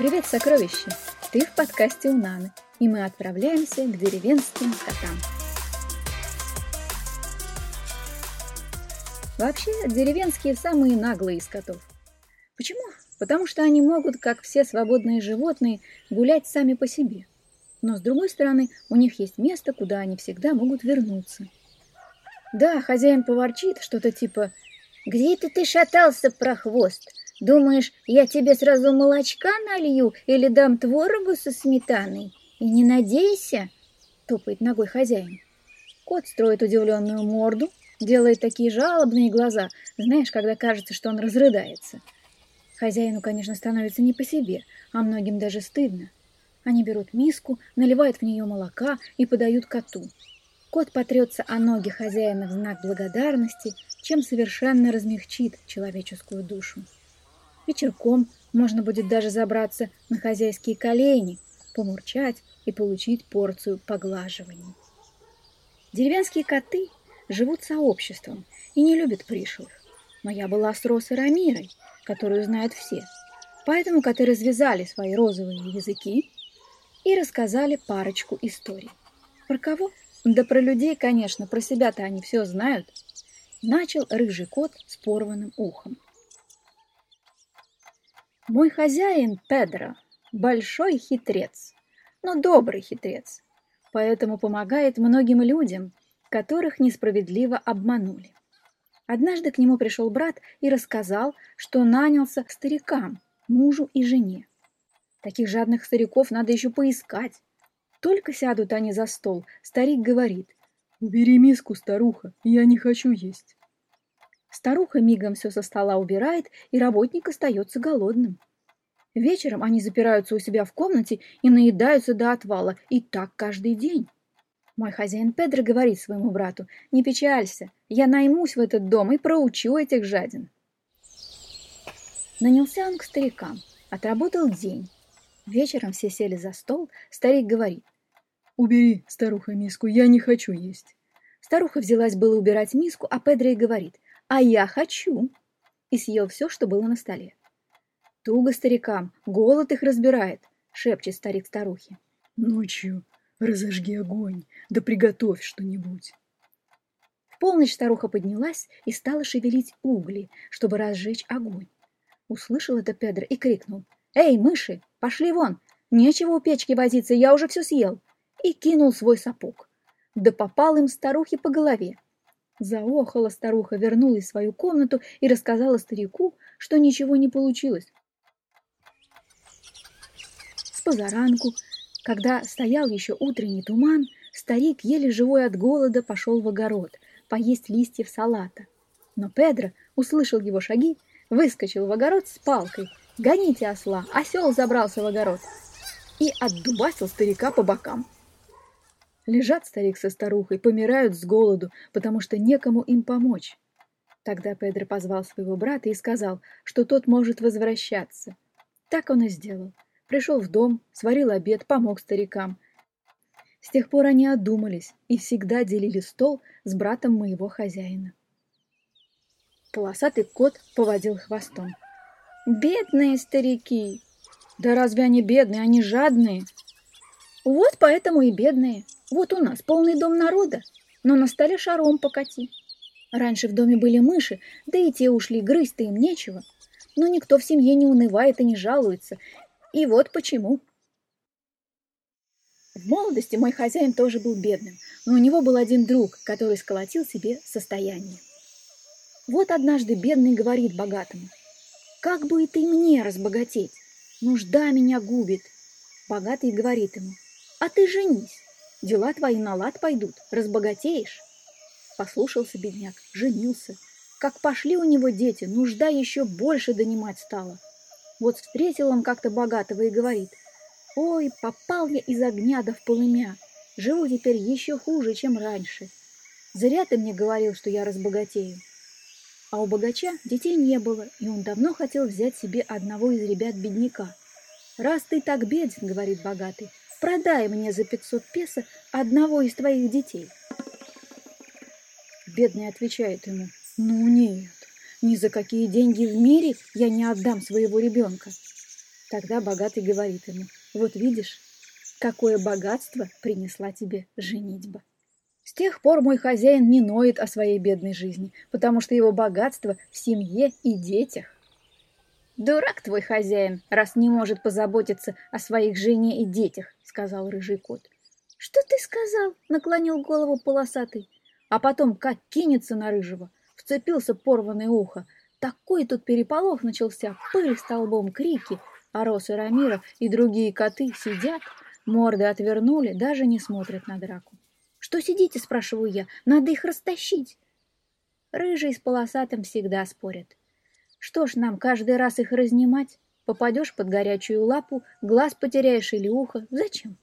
Привет, сокровище! Ты в подкасте у Наны, и мы отправляемся к деревенским котам. Вообще, деревенские самые наглые из котов. Почему? Потому что они могут, как все свободные животные, гулять сами по себе. Но, с другой стороны, у них есть место, куда они всегда могут вернуться. Да, хозяин поворчит, что-то типа «Где это ты шатался, прохвост? Думаешь, я тебе сразу молочка налью или дам творогу со сметаной? И не надейся!» — топает ногой хозяин. Кот строит удивленную морду, делает такие жалобные глаза, знаешь, когда кажется, что он разрыдается. Хозяину, конечно, становится не по себе, а многим даже стыдно. Они берут миску, наливают в нее молока и подают коту. Кот потрется о ноги хозяина в знак благодарности, чем совершенно размягчит человеческую душу. Вечерком можно будет даже забраться на хозяйские колени, помурчать и получить порцию поглаживаний. Деревенские коты живут сообществом и не любят пришлых. Но я была с Росой Рамирой, которую знают все. Поэтому коты развязали свои розовые языки и рассказали парочку историй. Про кого? Да про людей, конечно, про себя-то они все знают. Начал рыжий кот с порванным ухом. Мой хозяин Педро большой хитрец, но добрый хитрец, поэтому помогает многим людям, которых несправедливо обманули. Однажды к нему пришел брат и рассказал, что нанялся к старикам, мужу и жене. Таких жадных стариков надо еще поискать. Только сядут они за стол, старик говорит: «Убери миску, старуха, я не хочу есть». Старуха мигом все со стола убирает, и работник остается голодным. Вечером они запираются у себя в комнате и наедаются до отвала, и так каждый день. Мой хозяин Педро говорит своему брату: «Не печалься, я наймусь в этот дом и проучу этих жадин». Нанялся он к старикам, отработал день. Вечером все сели за стол, старик говорит: «Убери, старуха, миску, я не хочу есть». Старуха взялась было убирать миску, а Педро ей говорит: «А я хочу!» и съел все, что было на столе. «Туго старикам, голод их разбирает», — шепчет старик старухе. «Ночью разожги огонь, да приготовь что-нибудь». В полночь старуха поднялась и стала шевелить угли, чтобы разжечь огонь. Услышал это Педро и крикнул: «Эй, мыши, пошли вон! Нечего у печки возиться, я уже все съел!» И кинул свой сапог. Да попал им старухе по голове. Заохала старуха, вернулась в свою комнату и рассказала старику, что ничего не получилось. Спозаранку, когда стоял еще утренний туман, старик, еле живой от голода, пошел в огород поесть листьев салата. Но Педро услышал его шаги, выскочил в огород с палкой. «Гоните осла!» Осел забрался в огород и отдубасил старика по бокам. Лежат старик со старухой, помирают с голоду, потому что некому им помочь. Тогда Педро позвал своего брата и сказал, что тот может возвращаться. Так он и сделал. Пришел в дом, сварил обед, помог старикам. С тех пор они одумались и всегда делили стол с братом моего хозяина. Полосатый кот поводил хвостом. «Бедные старики!» «Да разве они бедные, они жадные!» «Вот поэтому и бедные. Вот у нас полный дом народа, но на столе шаром покати. Раньше в доме были мыши, да и те ушли, грызть-то им нечего. Но никто в семье не унывает и не жалуется. И вот почему». В молодости мой хозяин тоже был бедным, но у него был один друг, который сколотил себе состояние. Вот однажды бедный говорит богатому: «Как бы и мне разбогатеть? Нужда меня губит». Богатый говорит ему: «А ты женись, дела твои на лад пойдут, разбогатеешь». Послушался бедняк, женился. Как пошли у него дети, нужда еще больше донимать стала. Вот встретил он как-то богатого и говорит: «Ой, попал я из огня да в полымя, живу теперь еще хуже, чем раньше. Зря ты мне говорил, что я разбогатею». А у богача детей не было, и он давно хотел взять себе одного из ребят-бедняка. «Раз ты так беден, — говорит богатый, — продай мне за 500 песо одного из твоих детей». Бедный отвечает ему: «Ну нет, ни за какие деньги в мире я не отдам своего ребенка». Тогда богатый говорит ему: вот видишь, какое богатство принесла тебе женитьба. С тех пор мой хозяин не ноет о своей бедной жизни, потому что его богатство в семье и детях. «Дурак твой хозяин, раз не может позаботиться о своих жене и детях», — сказал рыжий кот. «Что ты сказал?» — наклонил голову полосатый. А потом как кинется на рыжего, вцепился порванное ухо. Такой тут переполох начался, пыль столбом, крики, а Рос и Рамира и другие коты сидят, морды отвернули, даже не смотрят на драку. «Что сидите?» — спрашиваю я. «Надо их растащить». Рыжий с полосатым всегда спорят. Что ж нам каждый раз их разнимать? Попадешь под горячую лапу, глаз потеряешь или ухо. Зачем?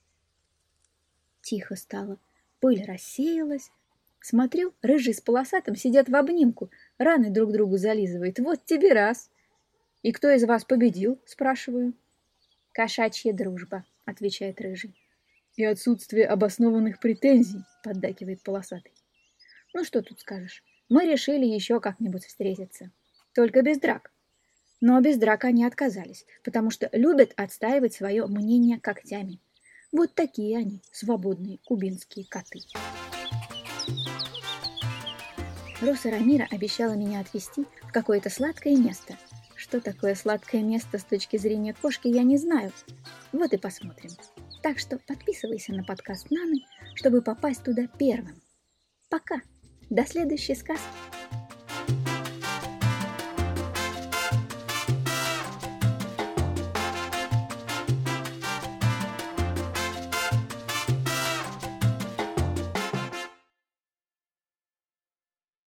Тихо стало. Пыль рассеялась. Смотрю, рыжий с полосатым сидят в обнимку, раны друг другу зализывают. Вот тебе раз. И кто из вас победил? Спрашиваю. Кошачья дружба, отвечает рыжий. И отсутствие обоснованных претензий, поддакивает полосатый. Ну что тут скажешь? Мы решили еще как-нибудь встретиться. Только без драк. Но без драк они отказались, потому что любят отстаивать свое мнение когтями. Вот такие они, свободные кубинские коты. Роса Рамира обещала меня отвезти в какое-то сладкое место. Что такое сладкое место с точки зрения кошки, я не знаю. Вот и посмотрим. Так что подписывайся на подкаст Наны, чтобы попасть туда первым. Пока. До следующей сказки.